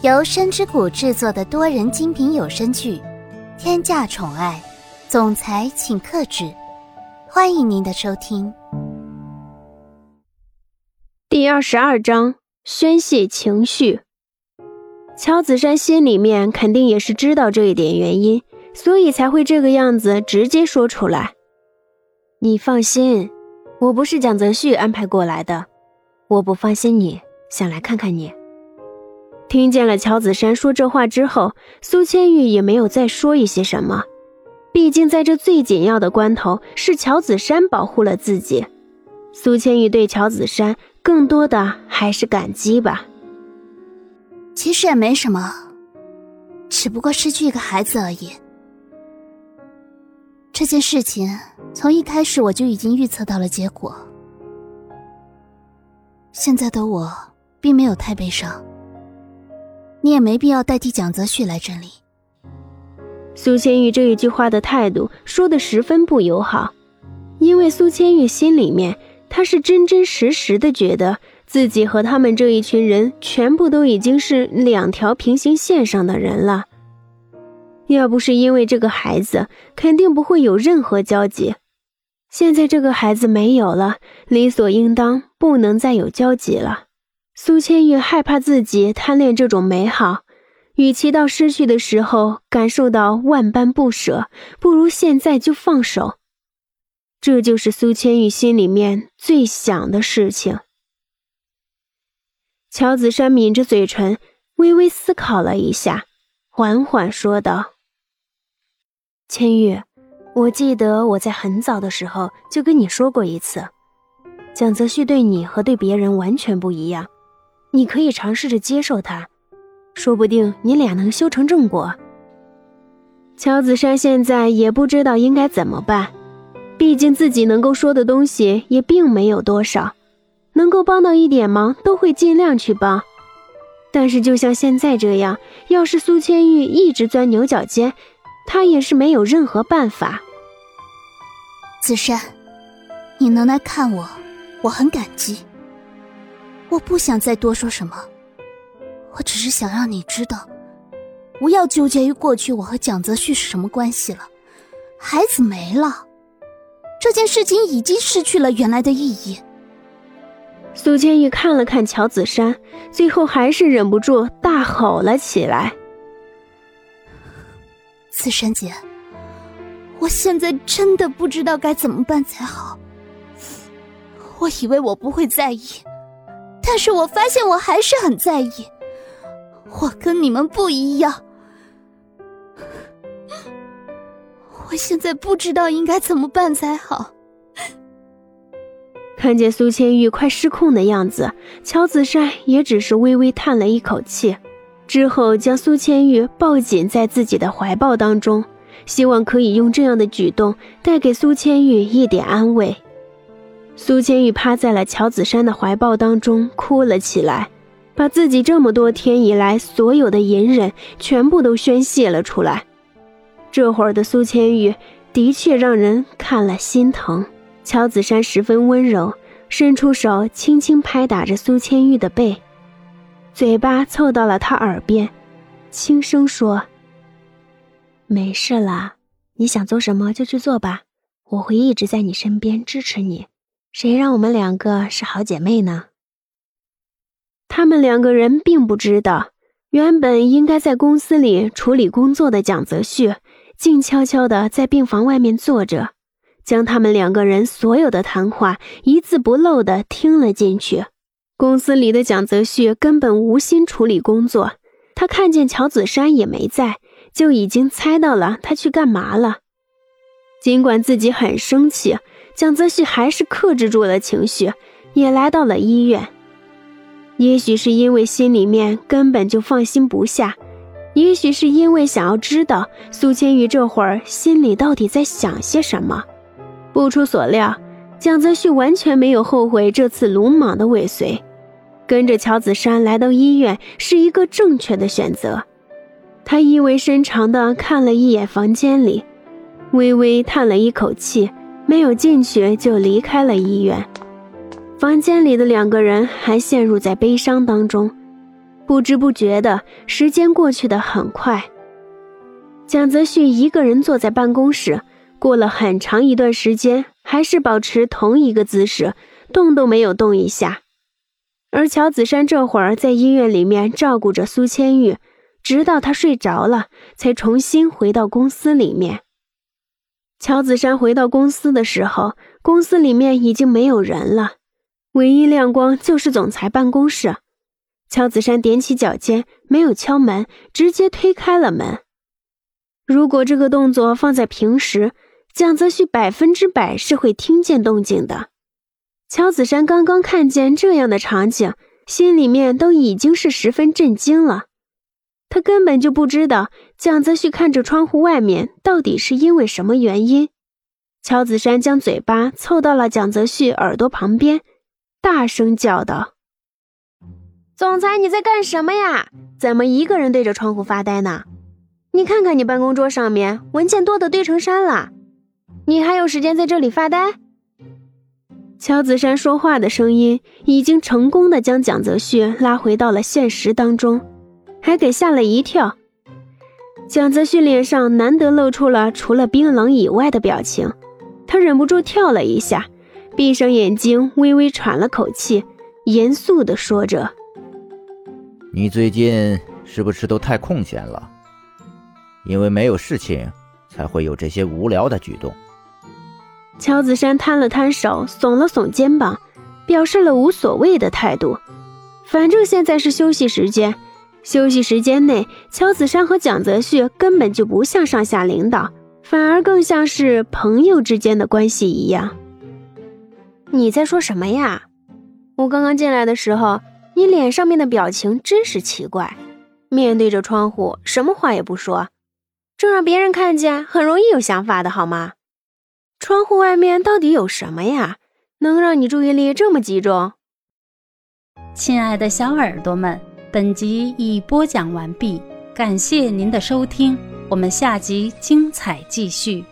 由深之谷制作的多人精品有声剧《天价宠爱》，总裁请克制。欢迎您的收听。 第22章，宣泄情绪。乔子山心里面肯定也是知道这一点原因，所以才会这个样子直接说出来。你放心，我不是蒋泽旭安排过来的，我不放心你，想来看看你。听见了乔子山说这话之后，苏千玉也没有再说一些什么，毕竟在这最紧要的关头，是乔子山保护了自己。苏千玉对乔子山更多的还是感激吧。 其实也没什么，只不过失去一个孩子而已。这件事情从一开始我就已经预测到了结果，现在的我并没有太悲伤，你也没必要代替蒋泽旭来这里。 苏千玉这一句话的态度说得十分不友好，因为苏千玉心里面她是真真实实的觉得自己和他们这一群人全部都已经是两条平行线上的人了。要不是因为这个孩子，肯定不会有任何交集。现在这个孩子没有了，理所应当不能再有交集了。苏千玉害怕自己贪恋这种美好，与其到失去的时候感受到万般不舍，不如现在就放手。这就是苏千玉心里面最想的事情。乔子山抿着嘴唇，微微思考了一下，缓缓说道：千玉，我记得我在很早的时候就跟你说过一次，蒋泽旭对你和对别人完全不一样，你可以尝试着接受他，说不定你俩能修成正果。乔子山现在也不知道应该怎么办，毕竟自己能够说的东西也并没有多少，能够帮到一点忙都会尽量去帮。但是就像现在这样，要是苏千玉一直钻牛角尖，他也是没有任何办法。 子山，你能来看我，我很感激。我不想再多说什么，我只是想让你知道，不要纠结于过去我和蒋泽旭是什么关系了。孩子没了，这件事情已经失去了原来的意义。 苏千玉看了看乔子山，最后还是忍不住大吼了起来。 子山姐，我现在真的不知道该怎么办才好。我以为我不会在意，但是我发现我还是很在意。我跟你们不一样。我现在不知道应该怎么办才好。 看见苏千玉快失控的样子，乔子山也只是微微叹了一口气，之后将苏千玉抱紧在自己的怀抱当中，希望可以用这样的举动带给苏千玉一点安慰。苏千玉趴在了乔子山的怀抱当中哭了起来，把自己这么多天以来所有的隐忍全部都宣泄了出来。这会儿的苏千玉的确让人看了心疼。乔子山十分温柔，伸出手轻轻拍打着苏千玉的背，嘴巴凑到了她耳边，轻声说：没事啦，你想做什么就去做吧，我会一直在你身边支持你，谁让我们两个是好姐妹呢？他们两个人并不知道，原本应该在公司里处理工作的蒋泽旭静悄悄地在病房外面坐着，将他们两个人所有的谈话一字不漏地听了进去。公司里的蒋泽旭根本无心处理工作，他看见乔子山也没在，就已经猜到了他去干嘛了。尽管自己很生气，蒋泽旭还是克制住了情绪，也来到了医院。也许是因为心里面根本就放心不下，也许是因为想要知道苏千玉这会儿心里到底在想些什么。不出所料，蒋泽旭完全没有后悔这次鲁莽的尾随，跟着乔子山来到医院是一个正确的选择。他意味深长地看了一眼房间里，微微叹了一口气，没有进去就离开了医院。房间里的两个人还陷入在悲伤当中， 不知不觉的时间过去得很快。蒋泽旭一个人坐在办公室，过了很长一段时间，还是保持同一个姿势，动都没有动一下。而乔子珊这会儿在医院里面照顾着苏千玉，直到她睡着了，才重新回到公司里面。乔子珊回到公司的时候，公司里面已经没有人了，唯一亮光就是总裁办公室。乔子珊踮起脚尖，没有敲门，直接推开了门。如果这个动作放在平时，蒋泽旭100%是会听见动静的。乔子珊刚刚看见这样的场景，心里面都已经是十分震惊了。他根本就不知道蒋泽旭看着窗户外面到底是因为什么原因。乔子珊将嘴巴凑到了蒋泽旭耳朵旁边，大声叫道：总裁，你在干什么呀？怎么一个人对着窗户发呆呢？你看看你办公桌上面文件多得堆成山了，你还有时间在这里发呆？乔子珊说话的声音已经成功的将蒋泽旭拉回到了现实当中，还给吓了一跳。蒋泽旭脸上难得露出了除了冰冷以外的表情，他忍不住跳了一下，闭上眼睛微微喘了口气，严肃地说着： 你最近是不是都太空闲了？因为没有事情才会有这些无聊的举动。 乔子珊摊了摊手，耸了耸肩膀，表示了无所谓的态度。反正现在是休息时间，休息时间内，乔子珊和蒋泽旭根本就不像上下领导，反而更像是朋友之间的关系一样。你在说什么呀？我刚刚进来的时候，你脸上面的表情真是奇怪，面对着窗户，什么话也不说，这让别人看见很容易有想法的好吗？窗户外面到底有什么呀？能让你注意力这么集中？ 亲爱的小耳朵们，本集已播讲完毕，感谢您的收听，我们下集精彩继续。